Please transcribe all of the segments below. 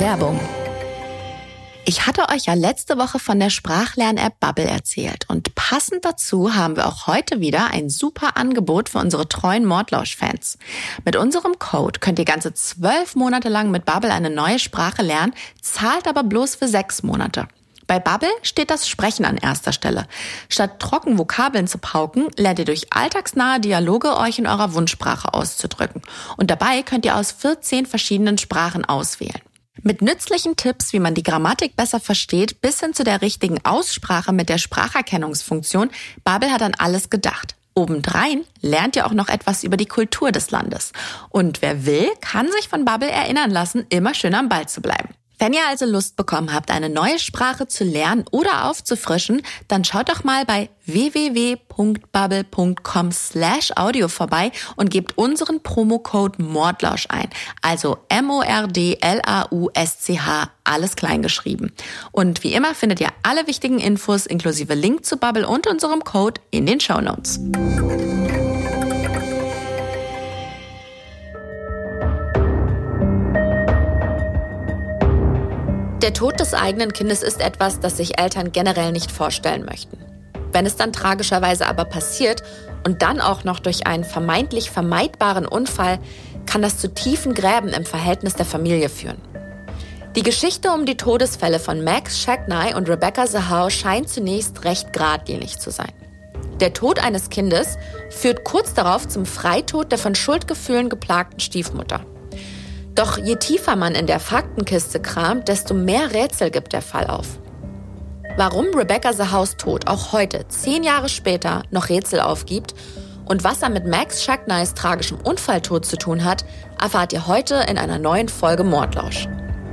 Werbung. Ich hatte euch ja letzte Woche von der Sprachlern-App Babbel erzählt und passend dazu haben wir auch heute wieder ein super Angebot für unsere treuen Mordlausch-Fans. Mit unserem Code könnt ihr ganze 12 Monate lang mit Babbel eine neue Sprache lernen, zahlt aber bloß für 6 Monate. Bei Babbel steht das Sprechen an erster Stelle. Statt trocken Vokabeln zu pauken, lernt ihr durch alltagsnahe Dialoge euch in eurer Wunschsprache auszudrücken. Und dabei könnt ihr aus 14 verschiedenen Sprachen auswählen. Mit nützlichen Tipps, wie man die Grammatik besser versteht, bis hin zu der richtigen Aussprache mit der Spracherkennungsfunktion, Babbel hat an alles gedacht. Obendrein lernt ihr auch noch etwas über die Kultur des Landes. Und wer will, kann sich von Babbel erinnern lassen, immer schön am Ball zu bleiben. Wenn ihr also Lust bekommen habt, eine neue Sprache zu lernen oder aufzufrischen, dann schaut doch mal bei www.babbel.com/audio vorbei und gebt unseren Promocode Mordlausch ein. Also MORDLAUSCH, alles klein geschrieben. Und wie immer findet ihr alle wichtigen Infos inklusive Link zu Babbel und unserem Code in den Shownotes. Der Tod des eigenen Kindes ist etwas, das sich Eltern generell nicht vorstellen möchten. Wenn es dann tragischerweise aber passiert und dann auch noch durch einen vermeintlich vermeidbaren Unfall, kann das zu tiefen Gräben im Verhältnis der Familie führen. Die Geschichte um die Todesfälle von Max Shacknai und Rebecca Zahau scheint zunächst recht geradlinig zu sein. Der Tod eines Kindes führt kurz darauf zum Freitod der von Schuldgefühlen geplagten Stiefmutter. Doch je tiefer man in der Faktenkiste kramt, desto mehr Rätsel gibt der Fall auf. Warum Rebecca Zahaus Tod auch heute, 10 Jahre später, noch Rätsel aufgibt und was er mit Max Shacknais tragischem Unfalltod zu tun hat, erfahrt ihr heute in einer neuen Folge Mordlausch.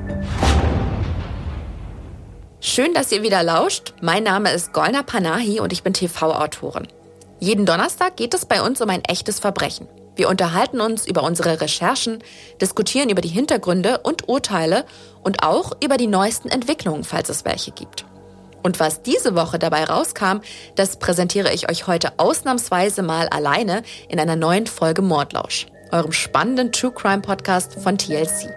Schön, dass ihr wieder lauscht. Mein Name ist Golnar Panahi und ich bin TV-Autorin. Jeden Donnerstag geht es bei uns um ein echtes Verbrechen. Wir unterhalten uns über unsere Recherchen, diskutieren über die Hintergründe und Urteile und auch über die neuesten Entwicklungen, falls es welche gibt. Und was diese Woche dabei rauskam, das präsentiere ich euch heute ausnahmsweise mal alleine in einer neuen Folge Mordlausch, eurem spannenden True Crime Podcast von TLC.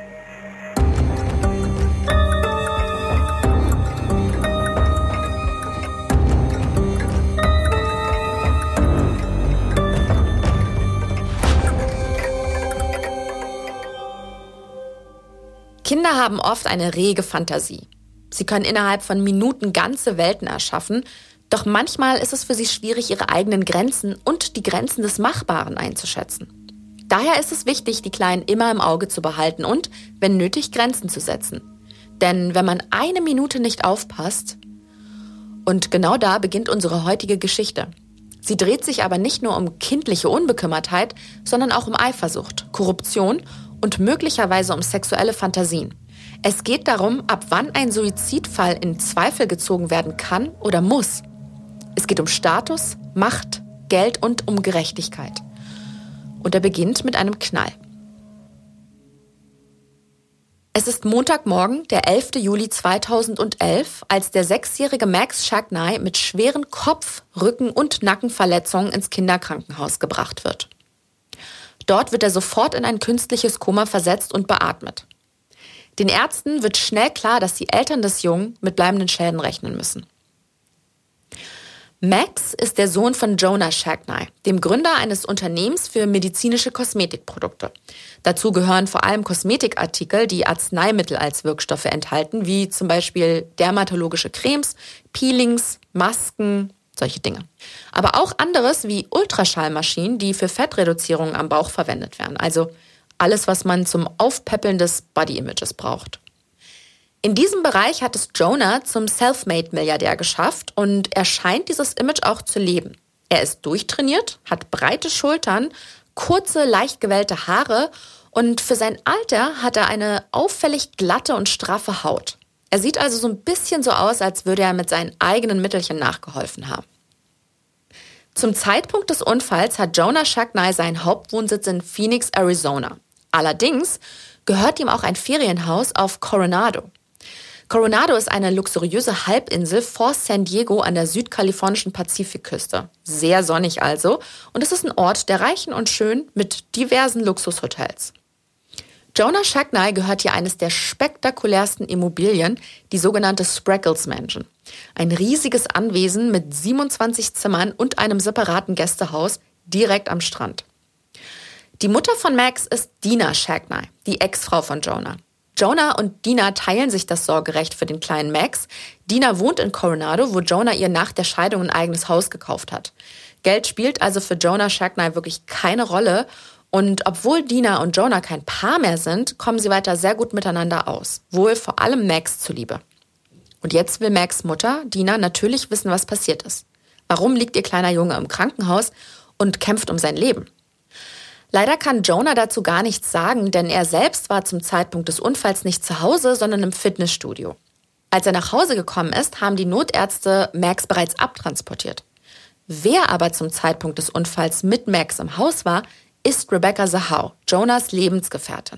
Kinder haben oft eine rege Fantasie. Sie können innerhalb von Minuten ganze Welten erschaffen, doch manchmal ist es für sie schwierig, ihre eigenen Grenzen und die Grenzen des Machbaren einzuschätzen. Daher ist es wichtig, die Kleinen immer im Auge zu behalten und, wenn nötig, Grenzen zu setzen. Denn wenn man eine Minute nicht aufpasst, und genau da beginnt unsere heutige Geschichte. Sie dreht sich aber nicht nur um kindliche Unbekümmertheit, sondern auch um Eifersucht, Korruption und möglicherweise um sexuelle Fantasien. Es geht darum, ab wann ein Suizidfall in Zweifel gezogen werden kann oder muss. Es geht um Status, Macht, Geld und um Gerechtigkeit. Und er beginnt mit einem Knall. Es ist Montagmorgen, der 11. Juli 2011, als der 6-jährige Max Shacknai mit schweren Kopf-, Rücken- und Nackenverletzungen ins Kinderkrankenhaus gebracht wird. Dort wird er sofort in ein künstliches Koma versetzt und beatmet. Den Ärzten wird schnell klar, dass die Eltern des Jungen mit bleibenden Schäden rechnen müssen. Max ist der Sohn von Jonah Shacknai, dem Gründer eines Unternehmens für medizinische Kosmetikprodukte. Dazu gehören vor allem Kosmetikartikel, die Arzneimittel als Wirkstoffe enthalten, wie zum Beispiel dermatologische Cremes, Peelings, Masken, solche Dinge. Aber auch anderes wie Ultraschallmaschinen, die für Fettreduzierung am Bauch verwendet werden. Also alles, was man zum Aufpäppeln des Body-Images braucht. In diesem Bereich hat es Jonah zum Selfmade-Milliardär geschafft und er scheint dieses Image auch zu leben. Er ist durchtrainiert, hat breite Schultern, kurze, leicht gewellte Haare und für sein Alter hat er eine auffällig glatte und straffe Haut. Er sieht also so ein bisschen so aus, als würde er mit seinen eigenen Mittelchen nachgeholfen haben. Zum Zeitpunkt des Unfalls hat Jonah Shacknai seinen Hauptwohnsitz in Phoenix, Arizona. Allerdings gehört ihm auch ein Ferienhaus auf Coronado. Coronado ist eine luxuriöse Halbinsel vor San Diego an der südkalifornischen Pazifikküste. Sehr sonnig also und es ist ein Ort der Reichen und Schönen mit diversen Luxushotels. Jonah Shacknai gehört hier eines der spektakulärsten Immobilien, die sogenannte Spreckels Mansion. Ein riesiges Anwesen mit 27 Zimmern und einem separaten Gästehaus direkt am Strand. Die Mutter von Max ist Dina Shacknai, die Ex-Frau von Jonah. Jonah und Dina teilen sich das Sorgerecht für den kleinen Max. Dina wohnt in Coronado, wo Jonah ihr nach der Scheidung ein eigenes Haus gekauft hat. Geld spielt also für Jonah Shacknai wirklich keine Rolle. Und obwohl Dina und Jonah kein Paar mehr sind, kommen sie weiter sehr gut miteinander aus. Wohl vor allem Max zuliebe. Und jetzt will Max' Mutter, Dina, natürlich wissen, was passiert ist. Warum liegt ihr kleiner Junge im Krankenhaus und kämpft um sein Leben? Leider kann Jonah dazu gar nichts sagen, denn er selbst war zum Zeitpunkt des Unfalls nicht zu Hause, sondern im Fitnessstudio. Als er nach Hause gekommen ist, haben die Notärzte Max bereits abtransportiert. Wer aber zum Zeitpunkt des Unfalls mit Max im Haus war, ist Rebecca Zahau, Jonahs Lebensgefährtin.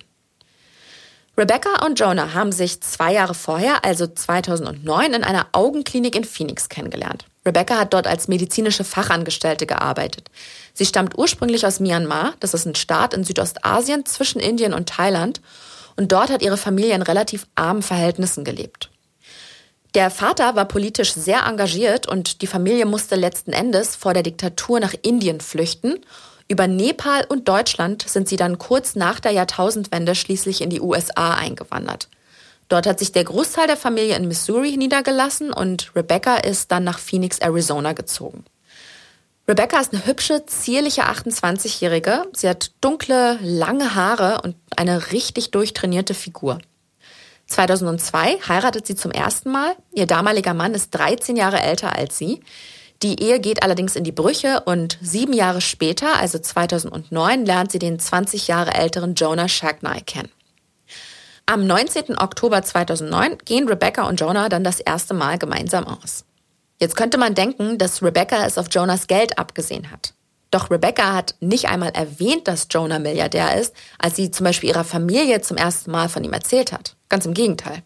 Rebecca und Jonah haben sich 2 Jahre vorher, also 2009, in einer Augenklinik in Phoenix kennengelernt. Rebecca hat dort als medizinische Fachangestellte gearbeitet. Sie stammt ursprünglich aus Myanmar, das ist ein Staat in Südostasien zwischen Indien und Thailand. Und dort hat ihre Familie in relativ armen Verhältnissen gelebt. Der Vater war politisch sehr engagiert und die Familie musste letzten Endes vor der Diktatur nach Indien flüchten. Über Nepal und Deutschland sind sie dann kurz nach der Jahrtausendwende schließlich in die USA eingewandert. Dort hat sich der Großteil der Familie in Missouri niedergelassen und Rebecca ist dann nach Phoenix, Arizona gezogen. Rebecca ist eine hübsche, zierliche 28-Jährige. Sie hat dunkle, lange Haare und eine richtig durchtrainierte Figur. 2002 heiratet sie zum ersten Mal. Ihr damaliger Mann ist 13 Jahre älter als sie. Die Ehe geht allerdings in die Brüche und 7 Jahre später, also 2009, lernt sie den 20 Jahre älteren Jonah Shacknai kennen. Am 19. Oktober 2009 gehen Rebecca und Jonah dann das erste Mal gemeinsam aus. Jetzt könnte man denken, dass Rebecca es auf Jonahs Geld abgesehen hat. Doch Rebecca hat nicht einmal erwähnt, dass Jonah Milliardär ist, als sie zum Beispiel ihrer Familie zum ersten Mal von ihm erzählt hat. Ganz im Gegenteil.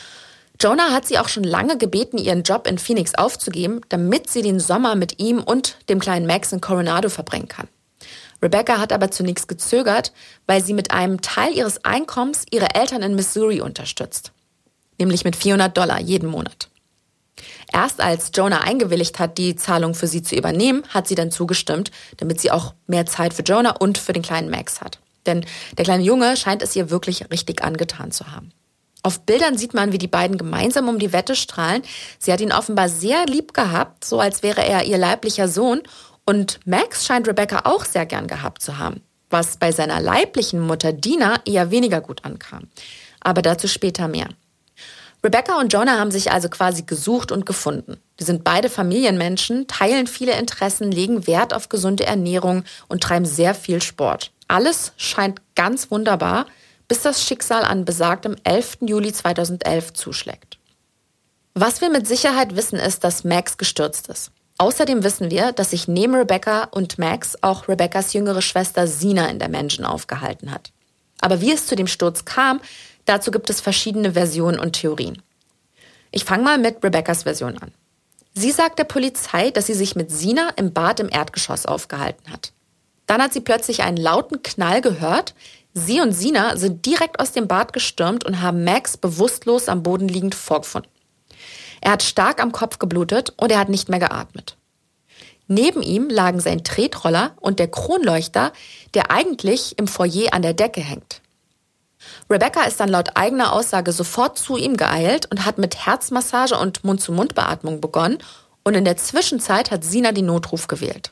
Jonah hat sie auch schon lange gebeten, ihren Job in Phoenix aufzugeben, damit sie den Sommer mit ihm und dem kleinen Max in Coronado verbringen kann. Rebecca hat aber zunächst gezögert, weil sie mit einem Teil ihres Einkommens ihre Eltern in Missouri unterstützt. Nämlich mit $400 jeden Monat. Erst als Jonah eingewilligt hat, die Zahlung für sie zu übernehmen, hat sie dann zugestimmt, damit sie auch mehr Zeit für Jonah und für den kleinen Max hat. Denn der kleine Junge scheint es ihr wirklich richtig angetan zu haben. Auf Bildern sieht man, wie die beiden gemeinsam um die Wette strahlen. Sie hat ihn offenbar sehr lieb gehabt, so als wäre er ihr leiblicher Sohn. Und Max scheint Rebecca auch sehr gern gehabt zu haben, was bei seiner leiblichen Mutter Dina eher weniger gut ankam. Aber dazu später mehr. Rebecca und Jonah haben sich also quasi gesucht und gefunden. Die sind beide Familienmenschen, teilen viele Interessen, legen Wert auf gesunde Ernährung und treiben sehr viel Sport. Alles scheint ganz wunderbar, bis das Schicksal an besagtem 11. Juli 2011 zuschlägt. Was wir mit Sicherheit wissen, ist, dass Max gestürzt ist. Außerdem wissen wir, dass sich neben Rebecca und Max auch Rebeccas jüngere Schwester Sina in der Mansion aufgehalten hat. Aber wie es zu dem Sturz kam, dazu gibt es verschiedene Versionen und Theorien. Ich fange mal mit Rebeccas Version an. Sie sagt der Polizei, dass sie sich mit Sina im Bad im Erdgeschoss aufgehalten hat. Dann hat sie plötzlich einen lauten Knall gehört. Sie und Sina sind direkt aus dem Bad gestürmt und haben Max bewusstlos am Boden liegend vorgefunden. Er hat stark am Kopf geblutet und er hat nicht mehr geatmet. Neben ihm lagen sein Tretroller und der Kronleuchter, der eigentlich im Foyer an der Decke hängt. Rebecca ist dann laut eigener Aussage sofort zu ihm geeilt und hat mit Herzmassage und Mund-zu-Mund-Beatmung begonnen und in der Zwischenzeit hat Sina den Notruf gewählt.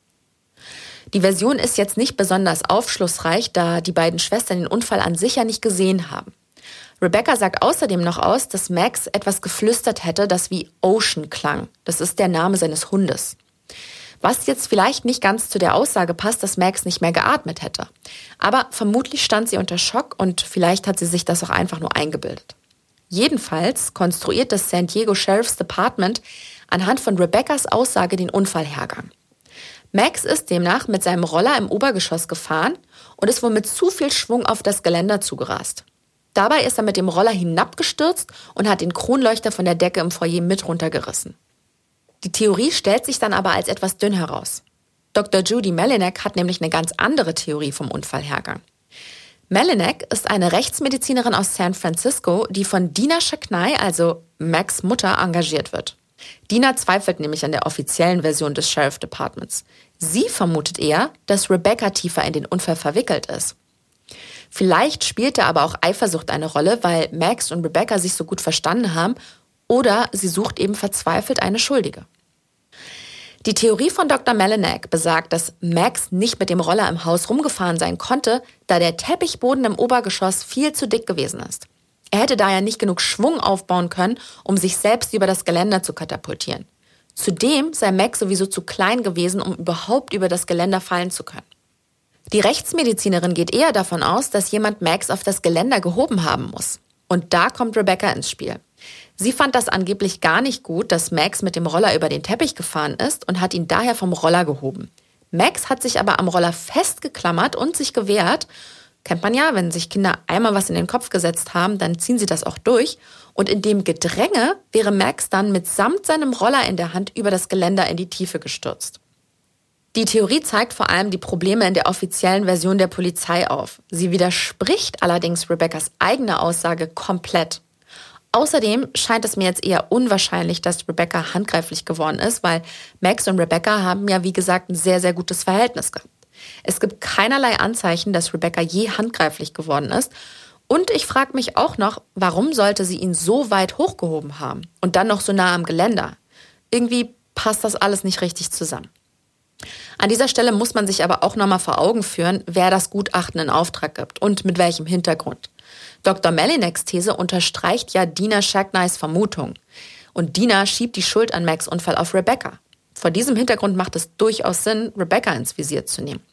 Die Version ist jetzt nicht besonders aufschlussreich, da die beiden Schwestern den Unfall an sich ja nicht gesehen haben. Rebecca sagt außerdem noch aus, dass Max etwas geflüstert hätte, das wie Ocean klang. Das ist der Name seines Hundes. Was jetzt vielleicht nicht ganz zu der Aussage passt, dass Max nicht mehr geatmet hätte. Aber vermutlich stand sie unter Schock und vielleicht hat sie sich das auch einfach nur eingebildet. Jedenfalls konstruiert das San Diego Sheriff's Department anhand von Rebeccas Aussage den Unfallhergang. Max ist demnach mit seinem Roller im Obergeschoss gefahren und ist wohl mit zu viel Schwung auf das Geländer zugerast. Dabei ist er mit dem Roller hinabgestürzt und hat den Kronleuchter von der Decke im Foyer mit runtergerissen. Die Theorie stellt sich dann aber als etwas dünn heraus. Dr. Judy Melinek hat nämlich eine ganz andere Theorie vom Unfallhergang. Melinek ist eine Rechtsmedizinerin aus San Francisco, die von Dina Shacknai, also Max' Mutter, engagiert wird. Dina zweifelt nämlich an der offiziellen Version des Sheriff Departments. Sie vermutet eher, dass Rebecca tiefer in den Unfall verwickelt ist. Vielleicht spielte aber auch Eifersucht eine Rolle, weil Max und Rebecca sich so gut verstanden haben, oder sie sucht eben verzweifelt eine Schuldige. Die Theorie von Dr. Melinek besagt, dass Max nicht mit dem Roller im Haus rumgefahren sein konnte, da der Teppichboden im Obergeschoss viel zu dick gewesen ist. Er hätte daher nicht genug Schwung aufbauen können, um sich selbst über das Geländer zu katapultieren. Zudem sei Max sowieso zu klein gewesen, um überhaupt über das Geländer fallen zu können. Die Rechtsmedizinerin geht eher davon aus, dass jemand Max auf das Geländer gehoben haben muss. Und da kommt Rebecca ins Spiel. Sie fand das angeblich gar nicht gut, dass Max mit dem Roller über den Teppich gefahren ist und hat ihn daher vom Roller gehoben. Max hat sich aber am Roller festgeklammert und sich gewehrt. Kennt man ja, wenn sich Kinder einmal was in den Kopf gesetzt haben, dann ziehen sie das auch durch. Und in dem Gedränge wäre Max dann mitsamt seinem Roller in der Hand über das Geländer in die Tiefe gestürzt. Die Theorie zeigt vor allem die Probleme in der offiziellen Version der Polizei auf. Sie widerspricht allerdings Rebeccas eigener Aussage komplett. Außerdem scheint es mir jetzt eher unwahrscheinlich, dass Rebecca handgreiflich geworden ist, weil Max und Rebecca haben ja, wie gesagt, ein sehr, sehr gutes Verhältnis gehabt. Es gibt keinerlei Anzeichen, dass Rebecca je handgreiflich geworden ist. Und ich frage mich auch noch, warum sollte sie ihn so weit hochgehoben haben und dann noch so nah am Geländer? Irgendwie passt das alles nicht richtig zusammen. An dieser Stelle muss man sich aber auch nochmal vor Augen führen, wer das Gutachten in Auftrag gibt und mit welchem Hintergrund. Dr. Melineks These unterstreicht ja Dina Shacknais Vermutung. Und Dina schiebt die Schuld an Max' Unfall auf Rebecca. Vor diesem Hintergrund macht es durchaus Sinn, Rebecca ins Visier zu nehmen.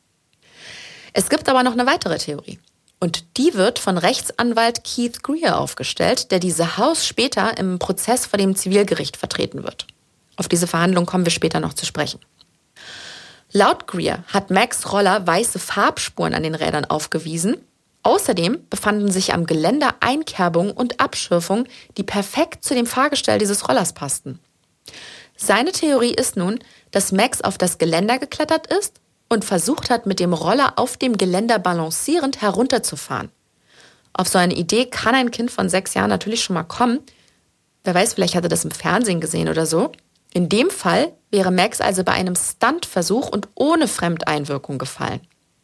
Es gibt aber noch eine weitere Theorie. Und die wird von Rechtsanwalt Keith Greer aufgestellt, der diese Haus später im Prozess vor dem Zivilgericht vertreten wird. Auf diese Verhandlung kommen wir später noch zu sprechen. Laut Greer hat Max' Roller weiße Farbspuren an den Rädern aufgewiesen. Außerdem befanden sich am Geländer Einkerbungen und Abschürfungen, die perfekt zu dem Fahrgestell dieses Rollers passten. Seine Theorie ist nun, dass Max auf das Geländer geklettert ist und versucht hat, mit dem Roller auf dem Geländer balancierend herunterzufahren. Auf so eine Idee kann ein Kind von 6 Jahren natürlich schon mal kommen. Wer weiß, vielleicht hat er das im Fernsehen gesehen oder so. In dem Fall wäre Max also bei einem Stuntversuch und ohne Fremdeinwirkung gefallen.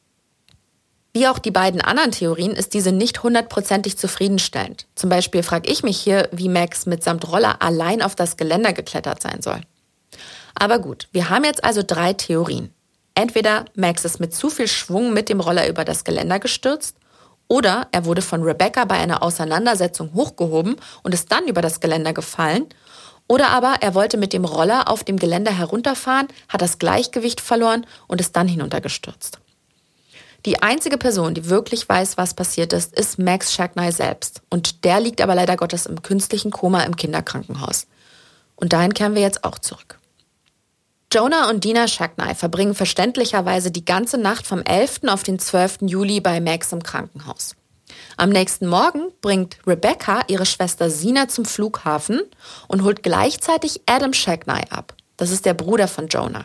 Wie auch die beiden anderen Theorien ist diese nicht 100% zufriedenstellend. Zum Beispiel frage ich mich hier, wie Max mitsamt Roller allein auf das Geländer geklettert sein soll. Aber gut, wir haben jetzt also 3 Theorien. Entweder Max ist mit zu viel Schwung mit dem Roller über das Geländer gestürzt, oder er wurde von Rebecca bei einer Auseinandersetzung hochgehoben und ist dann über das Geländer gefallen, oder aber er wollte mit dem Roller auf dem Geländer herunterfahren, hat das Gleichgewicht verloren und ist dann hinuntergestürzt. Die einzige Person, die wirklich weiß, was passiert ist Max Shacknai selbst. Und der liegt aber leider Gottes im künstlichen Koma im Kinderkrankenhaus. Und dahin kehren wir jetzt auch zurück. Jonah und Dina Shacknai verbringen verständlicherweise die ganze Nacht vom 11. auf den 12. Juli bei Max im Krankenhaus. Am nächsten Morgen bringt Rebecca ihre Schwester Sina zum Flughafen und holt gleichzeitig Adam Shacknai ab. Das ist der Bruder von Jonah.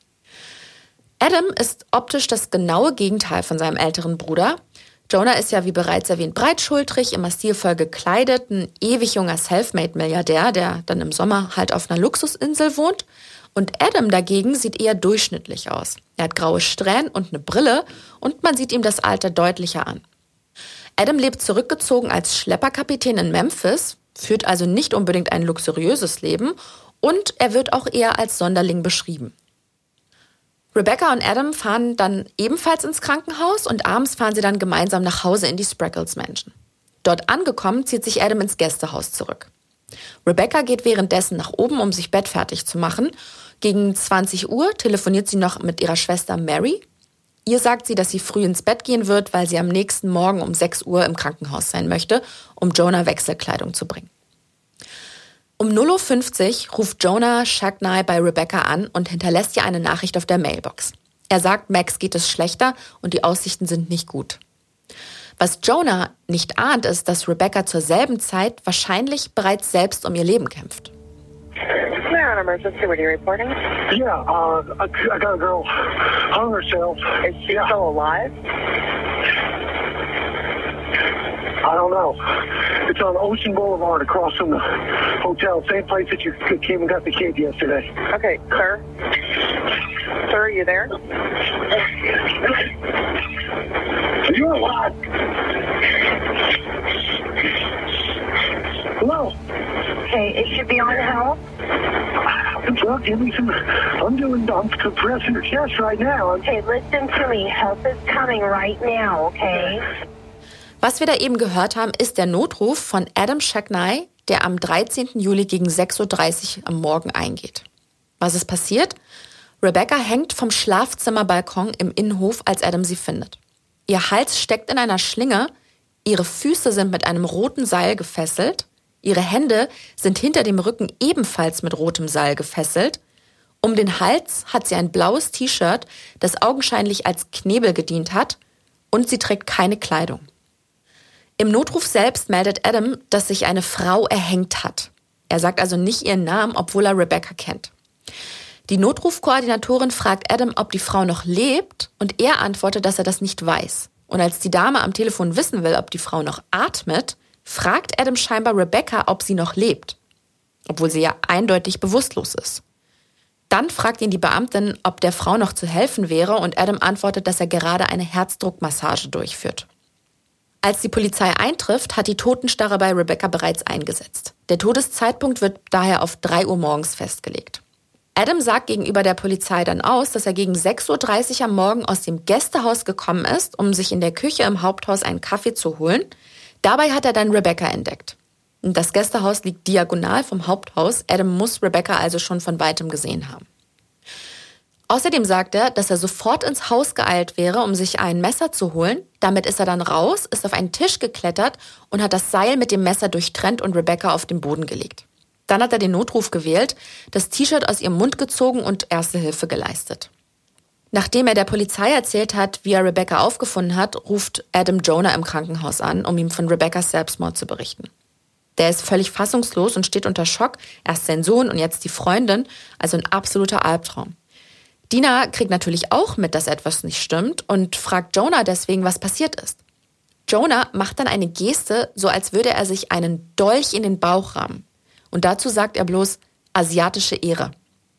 Adam ist optisch das genaue Gegenteil von seinem älteren Bruder. Jonah ist ja, wie bereits erwähnt, breitschultrig, immer stilvoll gekleidet, ein ewig junger Selfmade-Milliardär, der dann im Sommer halt auf einer Luxusinsel wohnt. Und Adam dagegen sieht eher durchschnittlich aus. Er hat graue Strähnen und eine Brille und man sieht ihm das Alter deutlicher an. Adam lebt zurückgezogen als Schlepperkapitän in Memphis, führt also nicht unbedingt ein luxuriöses Leben und er wird auch eher als Sonderling beschrieben. Rebecca und Adam fahren dann ebenfalls ins Krankenhaus und abends fahren sie dann gemeinsam nach Hause in die Spreckels Mansion. Dort angekommen, zieht sich Adam ins Gästehaus zurück. Rebecca geht währenddessen nach oben, um sich bettfertig zu machen. Gegen 20 Uhr telefoniert sie noch mit ihrer Schwester Mary. Ihr sagt sie, dass sie früh ins Bett gehen wird, weil sie am nächsten Morgen um 6 Uhr im Krankenhaus sein möchte, um Jonah Wechselkleidung zu bringen. Um 0:50 Uhr ruft Jonah Shacknai bei Rebecca an und hinterlässt ihr eine Nachricht auf der Mailbox. Er sagt, Max geht es schlechter und die Aussichten sind nicht gut. Was Jonah nicht ahnt, ist, dass Rebecca zur selben Zeit wahrscheinlich bereits selbst um ihr Leben kämpft. Clear on emergency, what are you reporting? Yeah, I got a girl hung herself. Is she still alive? I don't know. It's on Ocean Boulevard across from the hotel. Same place that you came and got the kid yesterday. Okay, sir. Sir, are you there? You're alive. Hello? Okay, it should be on help. Well, give me some. I'm compressing your chest right now. Okay, listen to me. Help is coming right now, okay? Was wir da eben gehört haben, ist der Notruf von Adam Shacknai, der am 13. Juli gegen 6:30 Uhr am Morgen eingeht. Was ist passiert? Rebecca hängt vom Schlafzimmerbalkon im Innenhof, als Adam sie findet. Ihr Hals steckt in einer Schlinge, ihre Füße sind mit einem roten Seil gefesselt, ihre Hände sind hinter dem Rücken ebenfalls mit rotem Seil gefesselt. Um den Hals hat sie ein blaues T-Shirt, das augenscheinlich als Knebel gedient hat, und sie trägt keine Kleidung. Im Notruf selbst meldet Adam, dass sich eine Frau erhängt hat. Er sagt also nicht ihren Namen, obwohl er Rebecca kennt. Die Notrufkoordinatorin fragt Adam, ob die Frau noch lebt, und er antwortet, dass er das nicht weiß. Und als die Dame am Telefon wissen will, ob die Frau noch atmet, fragt Adam scheinbar Rebecca, ob sie noch lebt, obwohl sie ja eindeutig bewusstlos ist. Dann fragt ihn die Beamtin, ob der Frau noch zu helfen wäre, und Adam antwortet, dass er gerade eine Herzdruckmassage durchführt. Als die Polizei eintrifft, hat die Totenstarre bei Rebecca bereits eingesetzt. Der Todeszeitpunkt wird daher auf 3 Uhr morgens festgelegt. Adam sagt gegenüber der Polizei dann aus, dass er gegen 6:30 Uhr am Morgen aus dem Gästehaus gekommen ist, um sich in der Küche im Haupthaus einen Kaffee zu holen. Dabei hat er dann Rebecca entdeckt. Das Gästehaus liegt diagonal vom Haupthaus. Adam muss Rebecca also schon von weitem gesehen haben. Außerdem sagt er, dass er sofort ins Haus geeilt wäre, um sich ein Messer zu holen. Damit ist er dann raus, ist auf einen Tisch geklettert und hat das Seil mit dem Messer durchtrennt und Rebecca auf den Boden gelegt. Dann hat er den Notruf gewählt, das T-Shirt aus ihrem Mund gezogen und Erste Hilfe geleistet. Nachdem er der Polizei erzählt hat, wie er Rebecca aufgefunden hat, ruft Adam Jonah im Krankenhaus an, um ihm von Rebeccas Selbstmord zu berichten. Der ist völlig fassungslos und steht unter Schock. Erst sein Sohn und jetzt die Freundin, also ein absoluter Albtraum. Dina kriegt natürlich auch mit, dass etwas nicht stimmt und fragt Jonah deswegen, was passiert ist. Jonah macht dann eine Geste, so als würde er sich einen Dolch in den Bauch rammen. Und dazu sagt er bloß asiatische Ehre.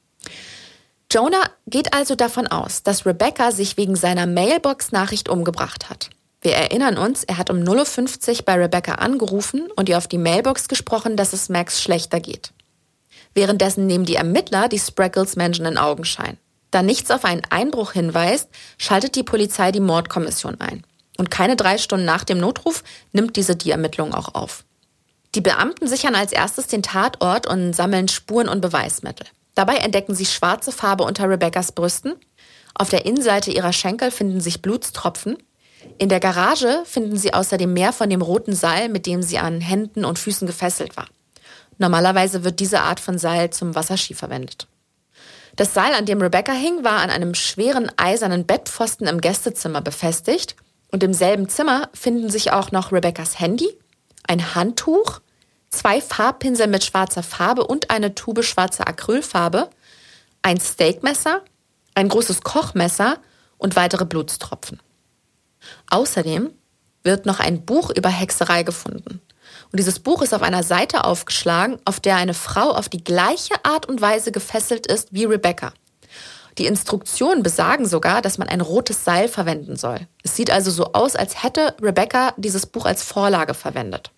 Jonah geht also davon aus, dass Rebecca sich wegen seiner Mailbox-Nachricht umgebracht hat. Wir erinnern uns, er hat um 0:50 Uhr bei Rebecca angerufen und ihr auf die Mailbox gesprochen, dass es Max schlechter geht. Währenddessen nehmen die Ermittler die Spreckels-Menschen in Augenschein. Da nichts auf einen Einbruch hinweist, schaltet die Polizei die Mordkommission ein. Und keine 3 Stunden nach dem Notruf nimmt diese die Ermittlungen auch auf. Die Beamten sichern als erstes den Tatort und sammeln Spuren und Beweismittel. Dabei entdecken sie schwarze Farbe unter Rebeccas Brüsten. Auf der Innenseite ihrer Schenkel finden sich Blutstropfen. In der Garage finden sie außerdem mehr von dem roten Seil, mit dem sie an Händen und Füßen gefesselt war. Normalerweise wird diese Art von Seil zum Wasserski verwendet. Das Seil, an dem Rebecca hing, war an einem schweren eisernen Bettpfosten im Gästezimmer befestigt. Und im selben Zimmer finden sich auch noch Rebeccas Handy, ein Handtuch, 2 Farbpinsel mit schwarzer Farbe und eine Tube schwarzer Acrylfarbe, ein Steakmesser, ein großes Kochmesser und weitere Blutstropfen. Außerdem wird noch ein Buch über Hexerei gefunden. Und dieses Buch ist auf einer Seite aufgeschlagen, auf der eine Frau auf die gleiche Art und Weise gefesselt ist wie Rebecca. Die Instruktionen besagen sogar, dass man ein rotes Seil verwenden soll. Es sieht also so aus, als hätte Rebecca dieses Buch als Vorlage verwendet.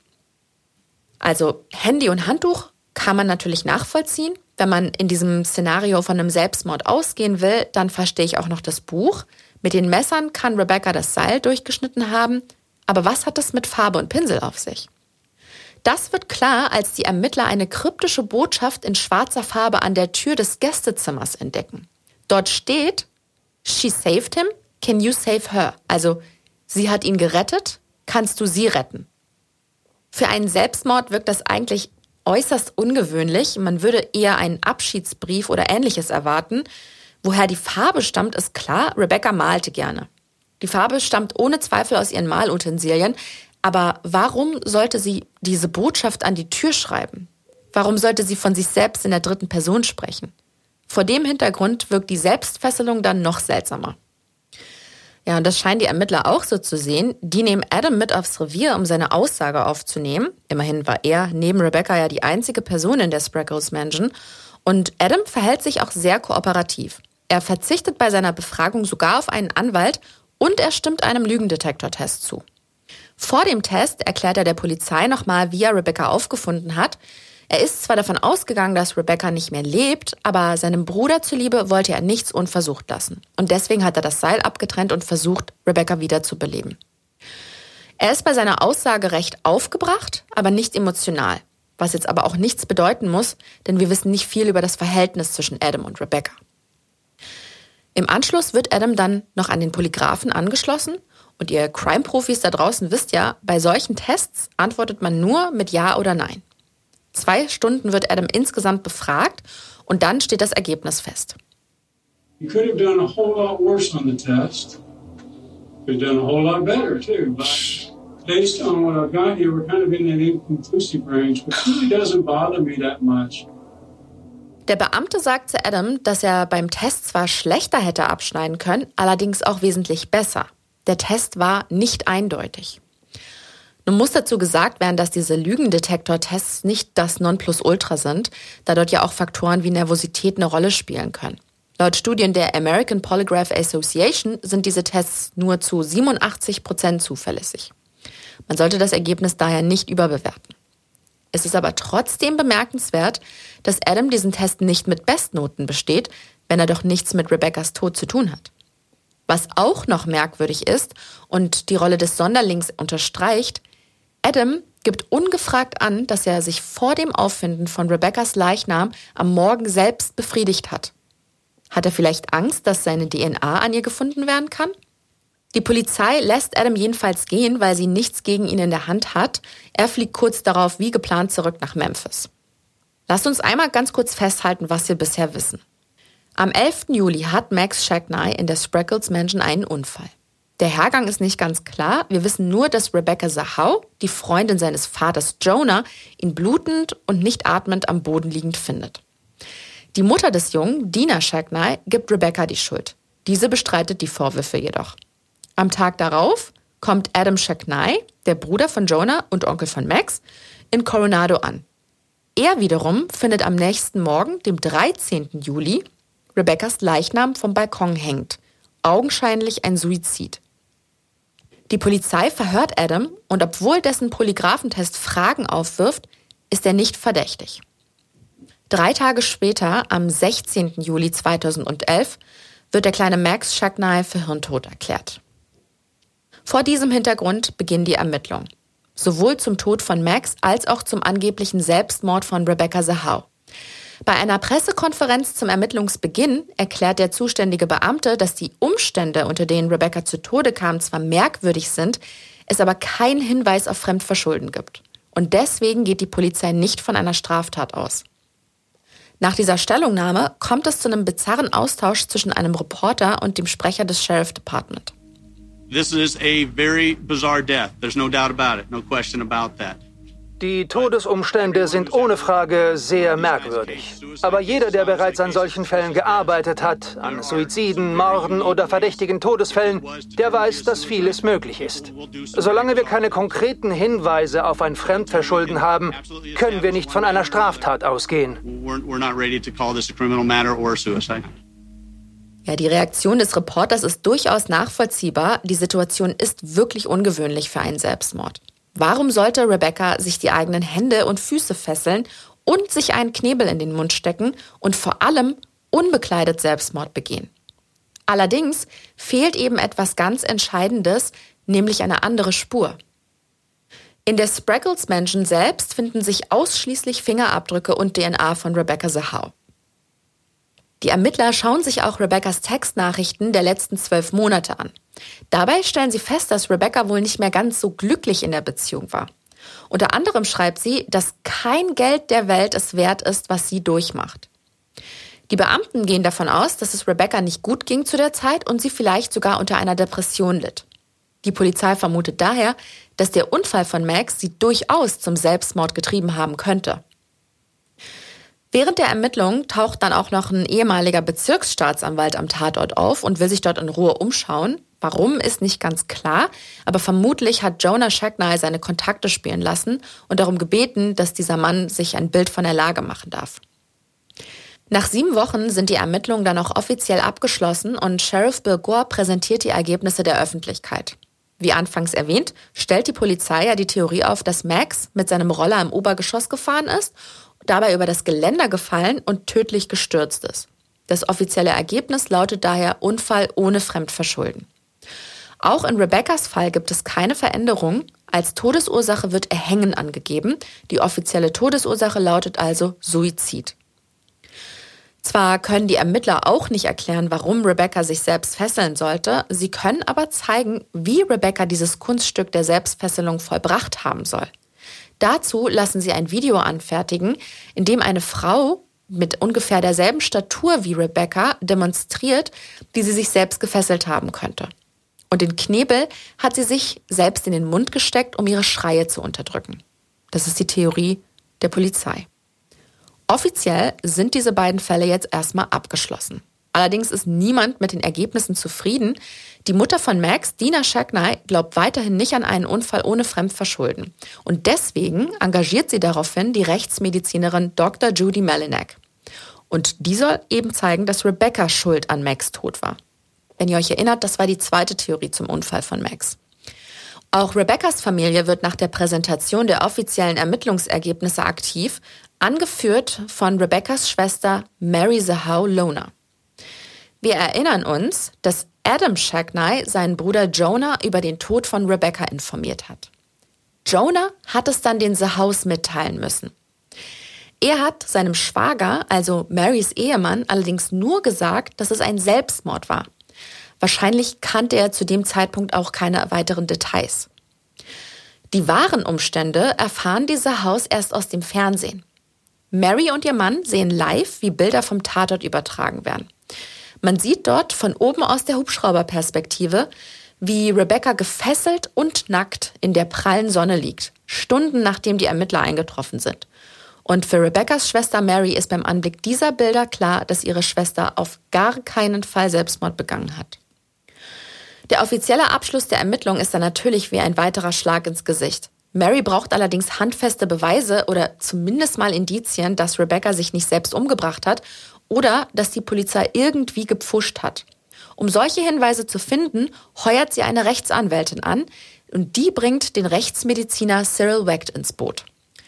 Also Handy und Handtuch kann man natürlich nachvollziehen. Wenn man in diesem Szenario von einem Selbstmord ausgehen will, dann verstehe ich auch noch das Buch. Mit den Messern kann Rebecca das Seil durchgeschnitten haben. Aber was hat das mit Farbe und Pinsel auf sich? Das wird klar, als die Ermittler eine kryptische Botschaft in schwarzer Farbe an der Tür des Gästezimmers entdecken. Dort steht, "She saved him, can you save her?" Also, sie hat ihn gerettet, kannst du sie retten? Für einen Selbstmord wirkt das eigentlich äußerst ungewöhnlich. Man würde eher einen Abschiedsbrief oder Ähnliches erwarten. Woher die Farbe stammt, ist klar. Rebecca malte gerne. Die Farbe stammt ohne Zweifel aus ihren Malutensilien. Aber warum sollte sie diese Botschaft an die Tür schreiben? Warum sollte sie von sich selbst in der 3. Person sprechen? Vor dem Hintergrund wirkt die Selbstfesselung dann noch seltsamer. Ja, und das scheinen die Ermittler auch so zu sehen. Die nehmen Adam mit aufs Revier, um seine Aussage aufzunehmen. Immerhin war er neben Rebecca ja die einzige Person in der Spreckels Mansion. Und Adam verhält sich auch sehr kooperativ. Er verzichtet bei seiner Befragung sogar auf einen Anwalt und er stimmt einem Lügendetektortest zu. Vor dem Test erklärt er der Polizei nochmal, wie er Rebecca aufgefunden hat. Er ist zwar davon ausgegangen, dass Rebecca nicht mehr lebt, aber seinem Bruder zuliebe wollte er nichts unversucht lassen. Und deswegen hat er das Seil abgetrennt und versucht, Rebecca wieder zu beleben. Er ist bei seiner Aussage recht aufgebracht, aber nicht emotional. Was jetzt aber auch nichts bedeuten muss, denn wir wissen nicht viel über das Verhältnis zwischen Adam und Rebecca. Im Anschluss wird Adam dann noch an den Polygraphen angeschlossen. Und ihr Crime-Profis da draußen wisst ja, bei solchen Tests antwortet man nur mit Ja oder Nein. 2 Stunden wird Adam insgesamt befragt und dann steht das Ergebnis fest. You could have done a whole lot worse on the test. Could have done a whole lot better too. But based on what I've got here, we're kind of in that inconclusive range. But it really doesn't bother me that much. Der Beamte sagt zu Adam, dass er beim Test zwar schlechter hätte abschneiden können, allerdings auch wesentlich besser. Der Test war nicht eindeutig. Nun muss dazu gesagt werden, dass diese Lügendetektor-Tests nicht das Nonplusultra sind, da dort ja auch Faktoren wie Nervosität eine Rolle spielen können. Laut Studien der American Polygraph Association sind diese Tests nur zu 87% zuverlässig. Man sollte das Ergebnis daher nicht überbewerten. Es ist aber trotzdem bemerkenswert, dass Adam diesen Test nicht mit Bestnoten besteht, wenn er doch nichts mit Rebeccas Tod zu tun hat. Was auch noch merkwürdig ist und die Rolle des Sonderlings unterstreicht, Adam gibt ungefragt an, dass er sich vor dem Auffinden von Rebeccas Leichnam am Morgen selbst befriedigt hat. Hat er vielleicht Angst, dass seine DNA an ihr gefunden werden kann? Die Polizei lässt Adam jedenfalls gehen, weil sie nichts gegen ihn in der Hand hat. Er fliegt kurz darauf wie geplant zurück nach Memphis. Lasst uns einmal ganz kurz festhalten, was wir bisher wissen. Am 11. Juli hat Max Shacknai in der Spreckels Mansion einen Unfall. Der Hergang ist nicht ganz klar. Wir wissen nur, dass Rebecca Zahau, die Freundin seines Vaters Jonah, ihn blutend und nicht atmend am Boden liegend findet. Die Mutter des Jungen, Dina Shacknai, gibt Rebecca die Schuld. Diese bestreitet die Vorwürfe jedoch. Am Tag darauf kommt Adam Shacknai, der Bruder von Jonah und Onkel von Max, in Coronado an. Er wiederum findet am nächsten Morgen, dem 13. Juli, Rebeccas Leichnam vom Balkon hängt. Augenscheinlich ein Suizid. Die Polizei verhört Adam und obwohl dessen Polygraphentest Fragen aufwirft, ist er nicht verdächtig. 3 Tage später, am 16. Juli 2011, wird der kleine Max Shacknai für hirntot erklärt. Vor diesem Hintergrund beginnen die Ermittlungen. Sowohl zum Tod von Max als auch zum angeblichen Selbstmord von Rebecca Zahau. Bei einer Pressekonferenz zum Ermittlungsbeginn erklärt der zuständige Beamte, dass die Umstände, unter denen Rebecca zu Tode kam, zwar merkwürdig sind, es aber keinen Hinweis auf Fremdverschulden gibt. Und deswegen geht die Polizei nicht von einer Straftat aus. Nach dieser Stellungnahme kommt es zu einem bizarren Austausch zwischen einem Reporter und dem Sprecher des Sheriff Department. This is a very bizarre death. There's no doubt about it. No question about that. Die Todesumstände sind ohne Frage sehr merkwürdig. Aber jeder, der bereits an solchen Fällen gearbeitet hat, an Suiziden, Morden oder verdächtigen Todesfällen, der weiß, dass vieles möglich ist. Solange wir keine konkreten Hinweise auf ein Fremdverschulden haben, können wir nicht von einer Straftat ausgehen. Ja, die Reaktion des Reporters ist durchaus nachvollziehbar. Die Situation ist wirklich ungewöhnlich für einen Selbstmord. Warum sollte Rebecca sich die eigenen Hände und Füße fesseln und sich einen Knebel in den Mund stecken und vor allem unbekleidet Selbstmord begehen? Allerdings fehlt eben etwas ganz Entscheidendes, nämlich eine andere Spur. In der Spreckels Mansion selbst finden sich ausschließlich Fingerabdrücke und DNA von Rebecca Zahau. Die Ermittler schauen sich auch Rebeccas Textnachrichten der letzten 12 Monate an. Dabei stellen sie fest, dass Rebecca wohl nicht mehr ganz so glücklich in der Beziehung war. Unter anderem schreibt sie, dass kein Geld der Welt es wert ist, was sie durchmacht. Die Beamten gehen davon aus, dass es Rebecca nicht gut ging zu der Zeit und sie vielleicht sogar unter einer Depression litt. Die Polizei vermutet daher, dass der Unfall von Max sie durchaus zum Selbstmord getrieben haben könnte. Während der Ermittlungen taucht dann auch noch ein ehemaliger Bezirksstaatsanwalt am Tatort auf und will sich dort in Ruhe umschauen. Warum, ist nicht ganz klar, aber vermutlich hat Jonah Shacknai seine Kontakte spielen lassen und darum gebeten, dass dieser Mann sich ein Bild von der Lage machen darf. Nach 7 Wochen sind die Ermittlungen dann auch offiziell abgeschlossen und Sheriff Bill Gore präsentiert die Ergebnisse der Öffentlichkeit. Wie anfangs erwähnt, stellt die Polizei ja die Theorie auf, dass Max mit seinem Roller im Obergeschoss gefahren ist, dabei über das Geländer gefallen und tödlich gestürzt ist. Das offizielle Ergebnis lautet daher Unfall ohne Fremdverschulden. Auch in Rebeccas Fall gibt es keine Veränderung. Als Todesursache wird Erhängen angegeben. Die offizielle Todesursache lautet also Suizid. Zwar können die Ermittler auch nicht erklären, warum Rebecca sich selbst fesseln sollte, sie können aber zeigen, wie Rebecca dieses Kunststück der Selbstfesselung vollbracht haben soll. Dazu lassen sie ein Video anfertigen, in dem eine Frau mit ungefähr derselben Statur wie Rebecca demonstriert, wie sie sich selbst gefesselt haben könnte. Und den Knebel hat sie sich selbst in den Mund gesteckt, um ihre Schreie zu unterdrücken. Das ist die Theorie der Polizei. Offiziell sind diese beiden Fälle jetzt erstmal abgeschlossen. Allerdings ist niemand mit den Ergebnissen zufrieden. Die Mutter von Max, Dina Shacknai, glaubt weiterhin nicht an einen Unfall ohne Fremdverschulden. Und deswegen engagiert sie daraufhin die Rechtsmedizinerin Dr. Judy Melinek. Und die soll eben zeigen, dass Rebecca schuld an Max Tod war. Wenn ihr euch erinnert, das war die zweite Theorie zum Unfall von Max. Auch Rebeccas Familie wird nach der Präsentation der offiziellen Ermittlungsergebnisse aktiv, angeführt von Rebeccas Schwester Mary Zahau Lohner. Wir erinnern uns, dass Adam Shacknai seinen Bruder Jonah über den Tod von Rebecca informiert hat. Jonah hat es dann den Zahaus mitteilen müssen. Er hat seinem Schwager, also Marys Ehemann, allerdings nur gesagt, dass es ein Selbstmord war. Wahrscheinlich kannte er zu dem Zeitpunkt auch keine weiteren Details. Die wahren Umstände erfahren die Zahaus erst aus dem Fernsehen. Mary und ihr Mann sehen live, wie Bilder vom Tatort übertragen werden. Man sieht dort von oben aus der Hubschrauberperspektive, wie Rebecca gefesselt und nackt in der prallen Sonne liegt, Stunden nachdem die Ermittler eingetroffen sind. Und für Rebeccas Schwester Mary ist beim Anblick dieser Bilder klar, dass ihre Schwester auf gar keinen Fall Selbstmord begangen hat. Der offizielle Abschluss der Ermittlung ist dann natürlich wie ein weiterer Schlag ins Gesicht. Mary braucht allerdings handfeste Beweise oder zumindest mal Indizien, dass Rebecca sich nicht selbst umgebracht hat oder dass die Polizei irgendwie gepfuscht hat. Um solche Hinweise zu finden, heuert sie eine Rechtsanwältin an und die bringt den Rechtsmediziner Cyril Wecht ins Boot.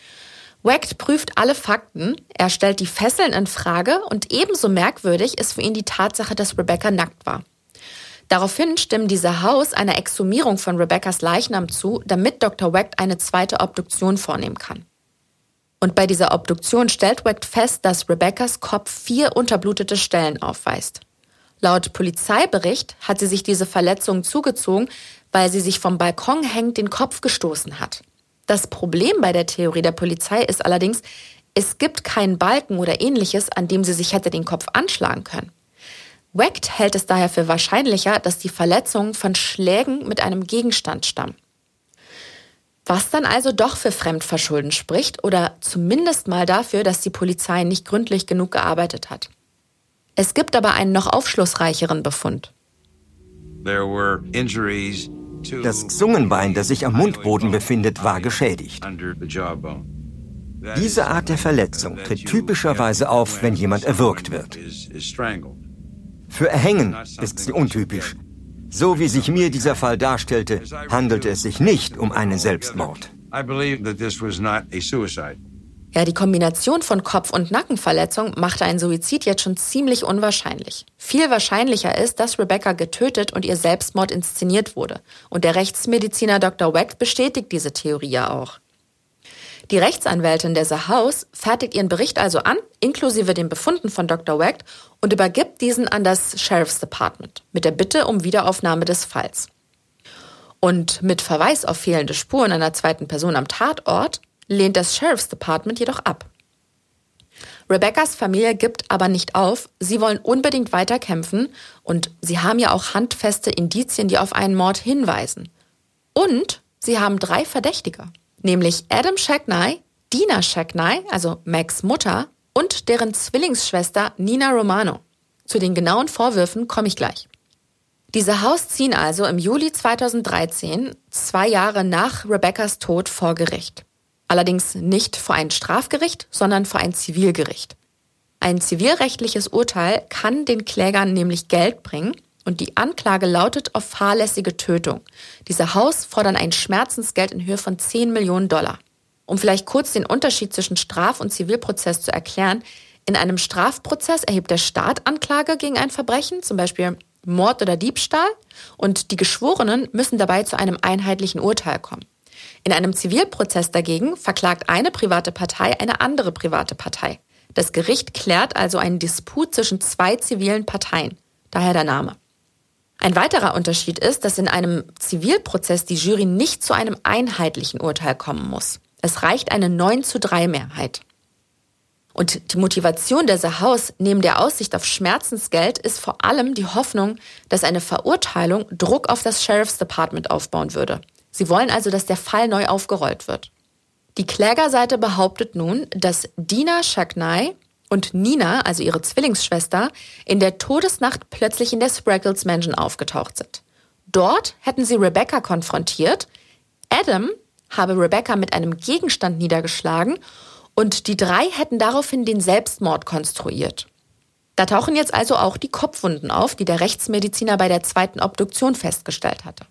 Wecht prüft alle Fakten, er stellt die Fesseln in Frage und ebenso merkwürdig ist für ihn die Tatsache, dass Rebecca nackt war. Daraufhin stimmen die Zahaus einer Exhumierung von Rebeccas Leichnam zu, damit Dr. Wecht eine zweite Obduktion vornehmen kann. Und bei dieser Obduktion stellt Wecht fest, dass Rebeccas Kopf 4 unterblutete Stellen aufweist. Laut Polizeibericht hat sie sich diese Verletzungen zugezogen, weil sie sich vom Balkon hängend den Kopf gestoßen hat. Das Problem bei der Theorie der Polizei ist allerdings, es gibt keinen Balken oder ähnliches, an dem sie sich hätte den Kopf anschlagen können. Wecht hält es daher für wahrscheinlicher, dass die Verletzungen von Schlägen mit einem Gegenstand stammen. Was dann also doch für Fremdverschulden spricht oder zumindest mal dafür, dass die Polizei nicht gründlich genug gearbeitet hat. Es gibt aber einen noch aufschlussreicheren Befund. Das Zungenbein, das sich am Mundboden befindet, war geschädigt. Diese Art der Verletzung tritt typischerweise auf, wenn jemand erwürgt wird. Für Erhängen ist sie untypisch. So wie sich mir dieser Fall darstellte, handelte es sich nicht um einen Selbstmord. Ja, die Kombination von Kopf- und Nackenverletzung machte einen Suizid jetzt schon ziemlich unwahrscheinlich. Viel wahrscheinlicher ist, dass Rebecca getötet und ihr Selbstmord inszeniert wurde. Und der Rechtsmediziner Dr. Wecht bestätigt diese Theorie ja auch. Die Rechtsanwältin der Zahaus fertigt ihren Bericht also an, inklusive den Befunden von Dr. Wecht, und übergibt diesen an das Sheriff's Department mit der Bitte um Wiederaufnahme des Falls. Und mit Verweis auf fehlende Spuren einer zweiten Person am Tatort lehnt das Sheriff's Department jedoch ab. Rebeccas Familie gibt aber nicht auf, sie wollen unbedingt weiter kämpfen und sie haben ja auch handfeste Indizien, die auf einen Mord hinweisen. Und sie haben 3 Verdächtige. Nämlich Adam Shacknai, Dina Shacknai, also Max' Mutter, und deren Zwillingsschwester Nina Romano. Zu den genauen Vorwürfen komme ich gleich. Diese House ziehen also im Juli 2013, 2 Jahre nach Rebeccas Tod, vor Gericht. Allerdings nicht vor ein Strafgericht, sondern vor ein Zivilgericht. Ein zivilrechtliches Urteil kann den Klägern nämlich Geld bringen und die Anklage lautet auf fahrlässige Tötung. Diese House fordern ein Schmerzensgeld in Höhe von $10 Millionen. Um vielleicht kurz den Unterschied zwischen Straf- und Zivilprozess zu erklären, in einem Strafprozess erhebt der Staat Anklage gegen ein Verbrechen, zum Beispiel Mord oder Diebstahl, und die Geschworenen müssen dabei zu einem einheitlichen Urteil kommen. In einem Zivilprozess dagegen verklagt eine private Partei eine andere private Partei. Das Gericht klärt also einen Disput zwischen 2 zivilen Parteien, daher der Name. Ein weiterer Unterschied ist, dass in einem Zivilprozess die Jury nicht zu einem einheitlichen Urteil kommen muss. Es reicht eine 9:3 Mehrheit. Und die Motivation dieser House neben der Aussicht auf Schmerzensgeld ist vor allem die Hoffnung, dass eine Verurteilung Druck auf das Sheriff's Department aufbauen würde. Sie wollen also, dass der Fall neu aufgerollt wird. Die Klägerseite behauptet nun, dass Dina Shacknai und Nina, also ihre Zwillingsschwester, in der Todesnacht plötzlich in der Spreckels Mansion aufgetaucht sind. Dort hätten sie Rebecca konfrontiert, Adam habe Rebecca mit einem Gegenstand niedergeschlagen und die 3 hätten daraufhin den Selbstmord konstruiert. Da tauchen jetzt also auch die Kopfwunden auf, die der Rechtsmediziner bei der 2. Obduktion festgestellt hatte.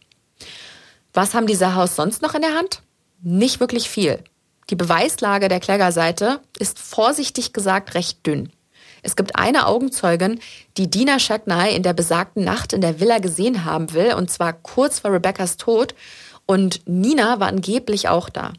Was haben diese House sonst noch in der Hand? Nicht wirklich viel. Die Beweislage der Klägerseite ist vorsichtig gesagt recht dünn. Es gibt eine Augenzeugin, die Dina Shacknai in der besagten Nacht in der Villa gesehen haben will, und zwar kurz vor Rebeccas Tod, und Nina war angeblich auch da.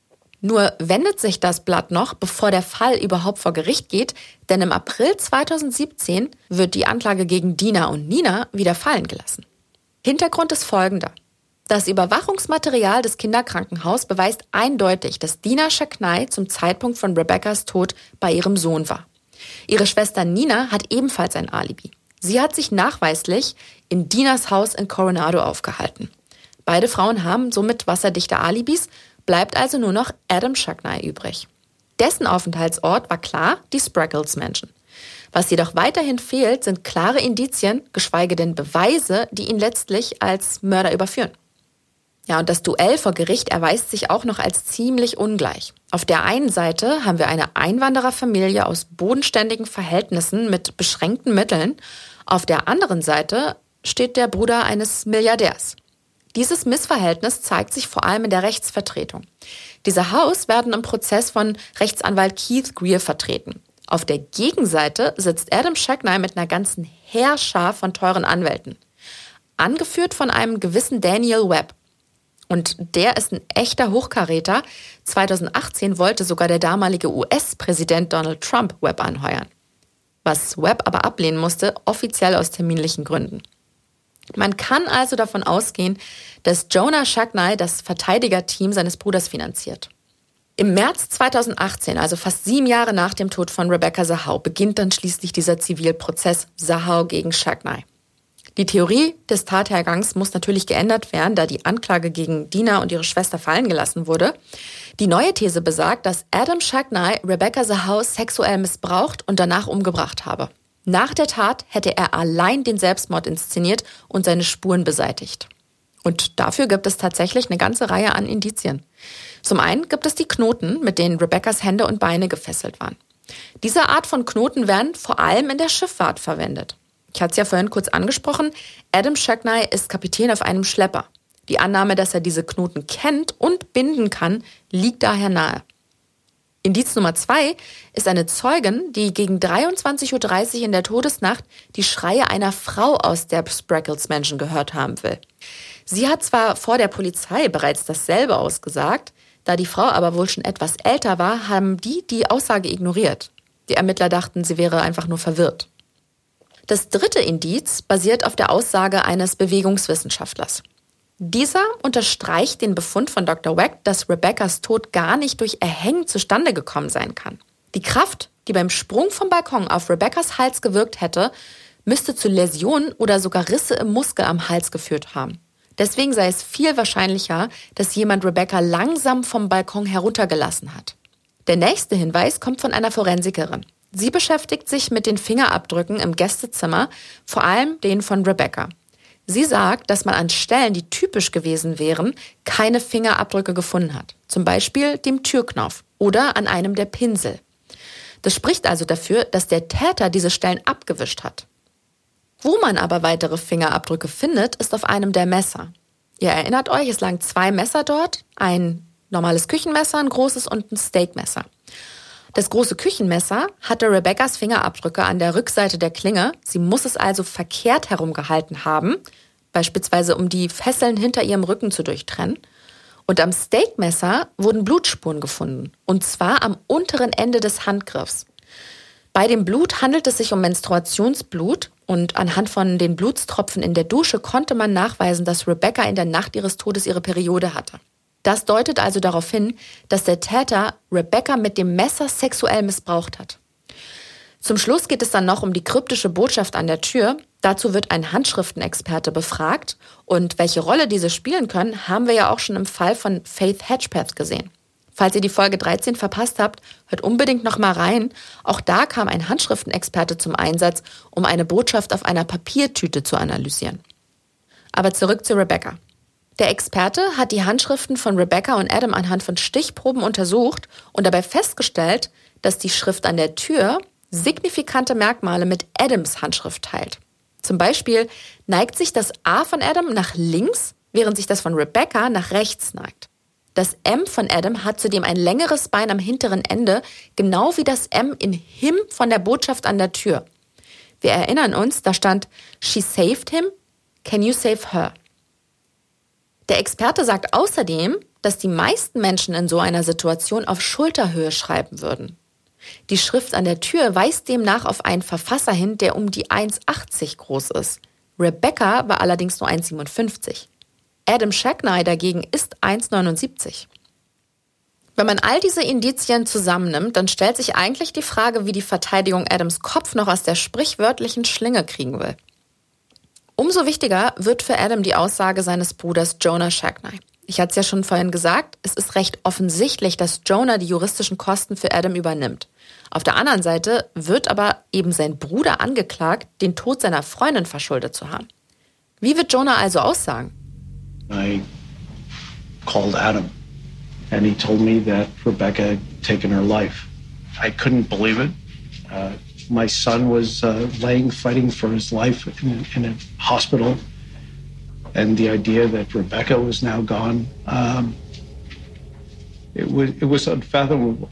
Nur wendet sich das Blatt noch, bevor der Fall überhaupt vor Gericht geht, denn im April 2017 wird die Anklage gegen Dina und Nina wieder fallen gelassen. Hintergrund ist folgender. Das Überwachungsmaterial des Kinderkrankenhauses beweist eindeutig, dass Dina Shacknai zum Zeitpunkt von Rebeccas Tod bei ihrem Sohn war. Ihre Schwester Nina hat ebenfalls ein Alibi. Sie hat sich nachweislich in Dinas Haus in Coronado aufgehalten. Beide Frauen haben somit wasserdichte Alibis, bleibt also nur noch Adam Shacknai übrig. Dessen Aufenthaltsort war klar die Spreckels Mansion. Was jedoch weiterhin fehlt, sind klare Indizien, geschweige denn Beweise, die ihn letztlich als Mörder überführen. Ja, und das Duell vor Gericht erweist sich auch noch als ziemlich ungleich. Auf der einen Seite haben wir eine Einwandererfamilie aus bodenständigen Verhältnissen mit beschränkten Mitteln. Auf der anderen Seite steht der Bruder eines Milliardärs. Dieses Missverhältnis zeigt sich vor allem in der Rechtsvertretung. Diese House werden im Prozess von Rechtsanwalt Keith Greer vertreten. Auf der Gegenseite sitzt Adam Shacknai mit einer ganzen Heerschar von teuren Anwälten. Angeführt von einem gewissen Daniel Webb. Und der ist ein echter Hochkaräter. 2018 wollte sogar der damalige US-Präsident Donald Trump Webb anheuern. Was Webb aber ablehnen musste, offiziell aus terminlichen Gründen. Man kann also davon ausgehen, dass Jonah Shacknai das Verteidigerteam seines Bruders finanziert. Im März 2018, also fast 7 Jahre nach dem Tod von Rebecca Sahau, beginnt dann schließlich dieser Zivilprozess Sahau gegen Shacknai. Die Theorie des Tathergangs muss natürlich geändert werden, da die Anklage gegen Dina und ihre Schwester fallen gelassen wurde. Die neue These besagt, dass Adam Shacknai Rebecca Sahau sexuell missbraucht und danach umgebracht habe. Nach der Tat hätte er allein den Selbstmord inszeniert und seine Spuren beseitigt. Und dafür gibt es tatsächlich eine ganze Reihe an Indizien. Zum einen gibt es die Knoten, mit denen Rebeccas Hände und Beine gefesselt waren. Diese Art von Knoten werden vor allem in der Schifffahrt verwendet. Ich hatte es ja vorhin kurz angesprochen, Adam Shacknai ist Kapitän auf einem Schlepper. Die Annahme, dass er diese Knoten kennt und binden kann, liegt daher nahe. Indiz Nummer 2 ist eine Zeugin, die gegen 23:30 Uhr in der Todesnacht die Schreie einer Frau aus der Spreckels Mansion gehört haben will. Sie hat zwar vor der Polizei bereits dasselbe ausgesagt, da die Frau aber wohl schon etwas älter war, haben die Aussage ignoriert. Die Ermittler dachten, sie wäre einfach nur verwirrt. Das dritte Indiz basiert auf der Aussage eines Bewegungswissenschaftlers. Dieser unterstreicht den Befund von Dr. Weck, dass Rebeccas Tod gar nicht durch Erhängen zustande gekommen sein kann. Die Kraft, die beim Sprung vom Balkon auf Rebeccas Hals gewirkt hätte, müsste zu Läsionen oder sogar Risse im Muskel am Hals geführt haben. Deswegen sei es viel wahrscheinlicher, dass jemand Rebecca langsam vom Balkon heruntergelassen hat. Der nächste Hinweis kommt von einer Forensikerin. Sie beschäftigt sich mit den Fingerabdrücken im Gästezimmer, vor allem denen von Rebecca. Sie sagt, dass man an Stellen, die typisch gewesen wären, keine Fingerabdrücke gefunden hat. Zum Beispiel dem Türknopf oder an einem der Pinsel. Das spricht also dafür, dass der Täter diese Stellen abgewischt hat. Wo man aber weitere Fingerabdrücke findet, ist auf einem der Messer. Ihr erinnert euch, es lagen 2 Messer dort, ein normales Küchenmesser, ein großes und ein Steakmesser. Das große Küchenmesser hatte Rebeccas Fingerabdrücke an der Rückseite der Klinge. Sie muss es also verkehrt herum gehalten haben, beispielsweise um die Fesseln hinter ihrem Rücken zu durchtrennen. Und am Steakmesser wurden Blutspuren gefunden, und zwar am unteren Ende des Handgriffs. Bei dem Blut handelt es sich um Menstruationsblut und anhand von den Blutstropfen in der Dusche konnte man nachweisen, dass Rebecca in der Nacht ihres Todes ihre Periode hatte. Das deutet also darauf hin, dass der Täter Rebecca mit dem Messer sexuell missbraucht hat. Zum Schluss geht es dann noch um die kryptische Botschaft an der Tür. Dazu wird ein Handschriftenexperte befragt. Und welche Rolle diese spielen können, haben wir ja auch schon im Fall von Faith Hedgepeth gesehen. Falls ihr die Folge 13 verpasst habt, hört unbedingt noch mal rein. Auch da kam ein Handschriftenexperte zum Einsatz, um eine Botschaft auf einer Papiertüte zu analysieren. Aber zurück zu Rebecca. Der Experte hat die Handschriften von Rebecca und Adam anhand von Stichproben untersucht und dabei festgestellt, dass die Schrift an der Tür signifikante Merkmale mit Adams Handschrift teilt. Zum Beispiel neigt sich das A von Adam nach links, während sich das von Rebecca nach rechts neigt. Das M von Adam hat zudem ein längeres Bein am hinteren Ende, genau wie das M in him von der Botschaft an der Tür. Wir erinnern uns, da stand "She saved him, can you save her?" Der Experte sagt außerdem, dass die meisten Menschen in so einer Situation auf Schulterhöhe schreiben würden. Die Schrift an der Tür weist demnach auf einen Verfasser hin, der um die 1,80 groß ist. Rebecca war allerdings nur 1,57. Adam Shacknai dagegen ist 1,79. Wenn man all diese Indizien zusammennimmt, dann stellt sich eigentlich die Frage, wie die Verteidigung Adams Kopf noch aus der sprichwörtlichen Schlinge kriegen will. Umso wichtiger wird für Adam die Aussage seines Bruders Jonah Shacknai. Ich hatte es ja schon vorhin gesagt, es ist recht offensichtlich, dass Jonah die juristischen Kosten für Adam übernimmt. Auf der anderen Seite wird aber eben sein Bruder angeklagt, den Tod seiner Freundin verschuldet zu haben. Wie wird Jonah also aussagen? I called Adam and he told me that Rebecca had taken her life. I couldn't believe it. My son was laying fighting for his life in a hospital, and the idea that Rebecca was now gone, it was unfathomable.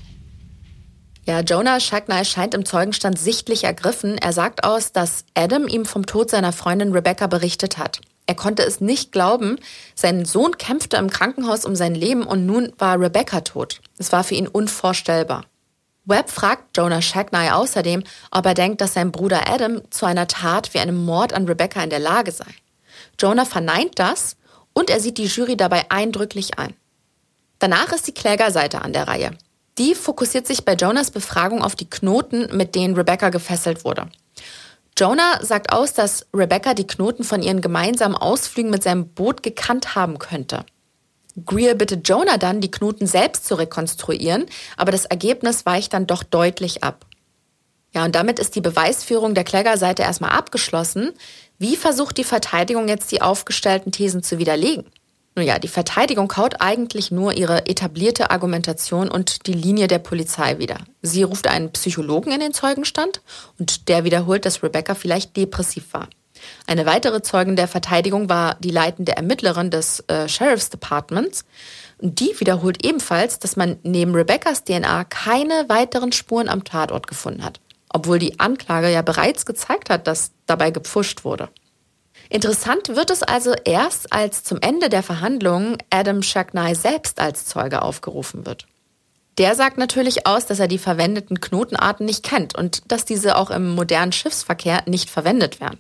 Ja, Jonah Shacknai scheint im Zeugenstand sichtlich ergriffen. Er sagt aus, dass Adam ihm vom Tod seiner Freundin Rebecca berichtet hat. Er konnte es nicht glauben. Sein Sohn kämpfte im Krankenhaus um sein Leben und nun war Rebecca tot. Es war für ihn unvorstellbar. Webb fragt Jonah Shacknai außerdem, ob er denkt, dass sein Bruder Adam zu einer Tat wie einem Mord an Rebecca in der Lage sei. Jonah verneint das und er sieht die Jury dabei eindrücklich an. Danach ist die Klägerseite an der Reihe. Die fokussiert sich bei Jonahs Befragung auf die Knoten, mit denen Rebecca gefesselt wurde. Jonah sagt aus, dass Rebecca die Knoten von ihren gemeinsamen Ausflügen mit seinem Boot gekannt haben könnte. Greer bittet Jonah dann, die Knoten selbst zu rekonstruieren, aber das Ergebnis weicht dann doch deutlich ab. Ja, und damit ist die Beweisführung der Klägerseite erstmal abgeschlossen. Wie versucht die Verteidigung jetzt, die aufgestellten Thesen zu widerlegen? Nun ja, die Verteidigung kaut eigentlich nur ihre etablierte Argumentation und die Linie der Polizei wieder. Sie ruft einen Psychologen in den Zeugenstand und der wiederholt, dass Rebecca vielleicht depressiv war. Eine weitere Zeugin der Verteidigung war die leitende Ermittlerin des Sheriff's Departments. Und die wiederholt ebenfalls, dass man neben Rebeccas DNA keine weiteren Spuren am Tatort gefunden hat. Obwohl die Anklage ja bereits gezeigt hat, dass dabei gepfuscht wurde. Interessant wird es also erst, als zum Ende der Verhandlungen Adam Shacknai selbst als Zeuge aufgerufen wird. Der sagt natürlich aus, dass er die verwendeten Knotenarten nicht kennt und dass diese auch im modernen Schiffsverkehr nicht verwendet werden.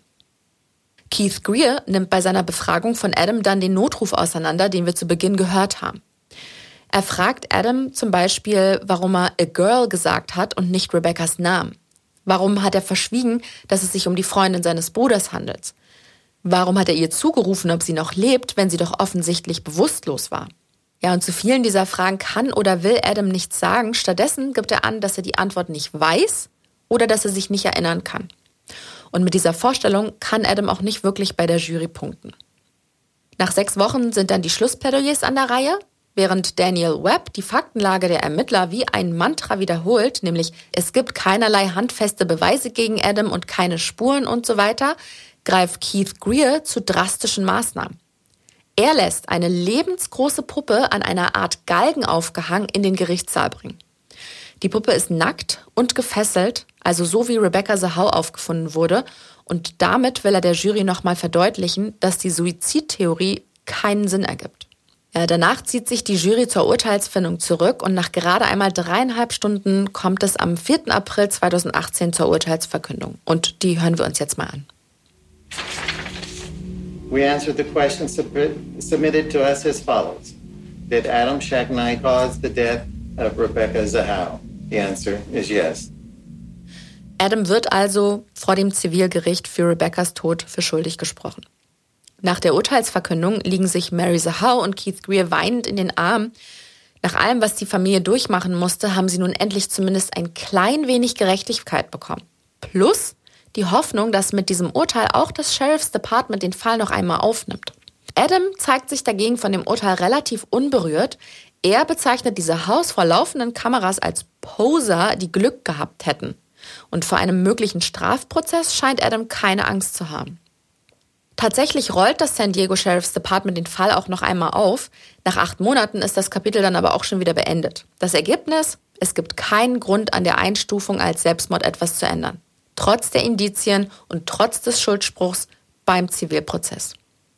Keith Greer nimmt bei seiner Befragung von Adam dann den Notruf auseinander, den wir zu Beginn gehört haben. Er fragt Adam zum Beispiel, warum er a girl gesagt hat und nicht Rebeccas Namen. Warum hat er verschwiegen, dass es sich um die Freundin seines Bruders handelt? Warum hat er ihr zugerufen, ob sie noch lebt, wenn sie doch offensichtlich bewusstlos war? Ja, und zu vielen dieser Fragen kann oder will Adam nichts sagen. Stattdessen gibt er an, dass er die Antwort nicht weiß oder dass er sich nicht erinnern kann. Und mit dieser Vorstellung kann Adam auch nicht wirklich bei der Jury punkten. Nach 6 Wochen sind dann die Schlussplädoyers an der Reihe. Während Daniel Webb die Faktenlage der Ermittler wie ein Mantra wiederholt, nämlich es gibt keinerlei handfeste Beweise gegen Adam und keine Spuren und so weiter, greift Keith Greer zu drastischen Maßnahmen. Er lässt eine lebensgroße Puppe an einer Art Galgen aufgehangen in den Gerichtssaal bringen. Die Puppe ist nackt und gefesselt, also so wie Rebecca Zahau aufgefunden wurde, und damit will er der Jury nochmal verdeutlichen, dass die Suizidtheorie keinen Sinn ergibt. Danach zieht sich die Jury zur Urteilsfindung zurück und nach gerade einmal 3,5 Stunden kommt es am 4. April 2018 zur Urteilsverkündung. Und die hören wir uns jetzt mal an. We answered the question submitted to us as follows. Did Adam Shacknai cause the death of Rebecca Zahau? The answer is yes. Adam wird also vor dem Zivilgericht für Rebeccas Tod für schuldig gesprochen. Nach der Urteilsverkündung liegen sich Mary Zahau und Keith Greer weinend in den Armen. Nach allem, was die Familie durchmachen musste, haben sie nun endlich zumindest ein klein wenig Gerechtigkeit bekommen. Plus die Hoffnung, dass mit diesem Urteil auch das Sheriff's Department den Fall noch einmal aufnimmt. Adam zeigt sich dagegen von dem Urteil relativ unberührt. Er bezeichnet die Zahaus vor laufenden Kameras als Poser, die Glück gehabt hätten. Und vor einem möglichen Strafprozess scheint Adam keine Angst zu haben. Tatsächlich rollt das San Diego Sheriff's Department den Fall auch noch einmal auf. Nach 8 Monaten ist das Kapitel dann aber auch schon wieder beendet. Das Ergebnis? Es gibt keinen Grund, an der Einstufung als Selbstmord etwas zu ändern. Trotz der Indizien und trotz des Schuldspruchs beim Zivilprozess.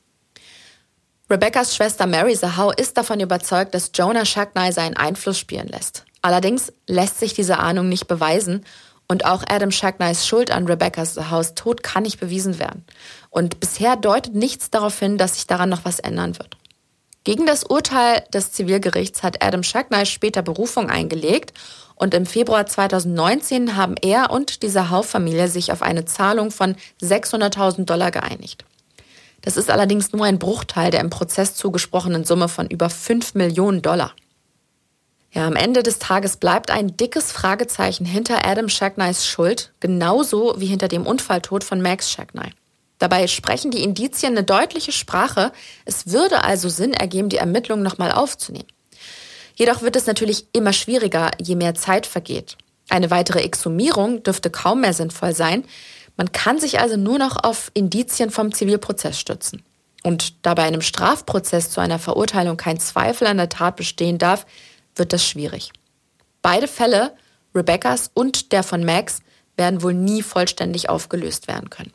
Rebeccas Schwester Mary Zahau ist davon überzeugt, dass Jonah Shacknai seinen Einfluss spielen lässt. Allerdings lässt sich diese Ahnung nicht beweisen. Und auch Adam Shacknais Schuld an Rebecca Zahaus Tod kann nicht bewiesen werden. Und bisher deutet nichts darauf hin, dass sich daran noch was ändern wird. Gegen das Urteil des Zivilgerichts hat Adam Shacknai später Berufung eingelegt und im Februar 2019 haben er und die Zahau-Familie sich auf eine Zahlung von $600.000 geeinigt. Das ist allerdings nur ein Bruchteil der im Prozess zugesprochenen Summe von über $5 Millionen. Ja, am Ende des Tages bleibt ein dickes Fragezeichen hinter Adam Shacknais Schuld, genauso wie hinter dem Unfalltod von Max Shacknai. Dabei sprechen die Indizien eine deutliche Sprache. Es würde also Sinn ergeben, die Ermittlungen nochmal aufzunehmen. Jedoch wird es natürlich immer schwieriger, je mehr Zeit vergeht. Eine weitere Exhumierung dürfte kaum mehr sinnvoll sein. Man kann sich also nur noch auf Indizien vom Zivilprozess stützen. Und da bei einem Strafprozess zu einer Verurteilung kein Zweifel an der Tat bestehen darf, wird das schwierig. Beide Fälle, Rebeccas und der von Max, werden wohl nie vollständig aufgelöst werden können.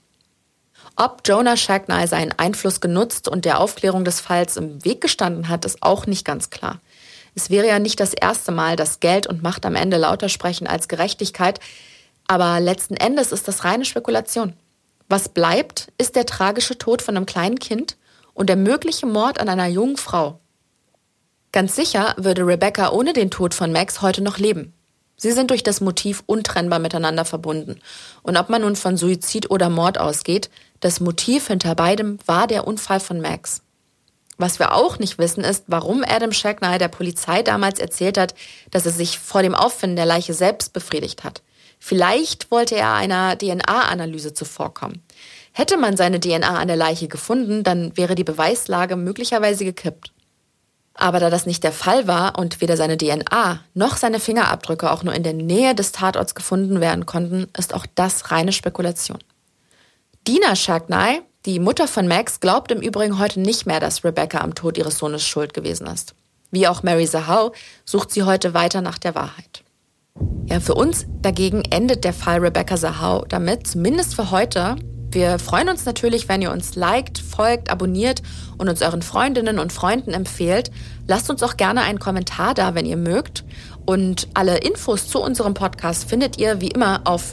Ob Jonah Shacknai seinen Einfluss genutzt und der Aufklärung des Falls im Weg gestanden hat, ist auch nicht ganz klar. Es wäre ja nicht das erste Mal, dass Geld und Macht am Ende lauter sprechen als Gerechtigkeit, aber letzten Endes ist das reine Spekulation. Was bleibt, ist der tragische Tod von einem kleinen Kind und der mögliche Mord an einer jungen Frau. Ganz sicher würde Rebecca ohne den Tod von Max heute noch leben. Sie sind durch das Motiv untrennbar miteinander verbunden. Und ob man nun von Suizid oder Mord ausgeht, das Motiv hinter beidem war der Unfall von Max. Was wir auch nicht wissen, ist, warum Adam Shacknai der Polizei damals erzählt hat, dass er sich vor dem Auffinden der Leiche selbst befriedigt hat. Vielleicht wollte er einer DNA-Analyse zuvorkommen. Hätte man seine DNA an der Leiche gefunden, dann wäre die Beweislage möglicherweise gekippt. Aber da das nicht der Fall war und weder seine DNA noch seine Fingerabdrücke auch nur in der Nähe des Tatorts gefunden werden konnten, ist auch das reine Spekulation. Dina Shacknai, die Mutter von Max, glaubt im Übrigen heute nicht mehr, dass Rebecca am Tod ihres Sohnes schuld gewesen ist. Wie auch Mary Zahau sucht sie heute weiter nach der Wahrheit. Ja, für uns dagegen endet der Fall Rebecca Zahau damit, zumindest für heute. Wir freuen uns natürlich, wenn ihr uns liked, folgt, abonniert und uns euren Freundinnen und Freunden empfehlt. Lasst uns auch gerne einen Kommentar da, wenn ihr mögt. Und alle Infos zu unserem Podcast findet ihr wie immer auf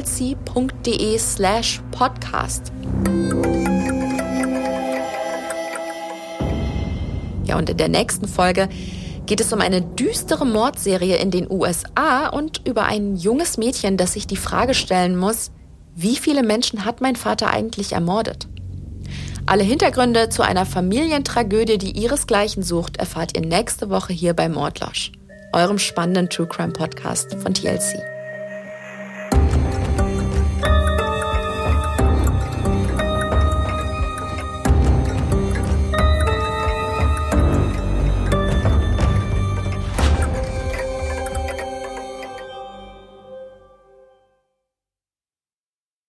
tlc.de/podcast. Ja, und in der nächsten Folge geht es um eine düstere Mordserie in den USA und über ein junges Mädchen, das sich die Frage stellen muss: Wie viele Menschen hat mein Vater eigentlich ermordet? Alle Hintergründe zu einer Familientragödie, die ihresgleichen sucht, erfahrt ihr nächste Woche hier bei Mordlausch, eurem spannenden True Crime Podcast von TLC.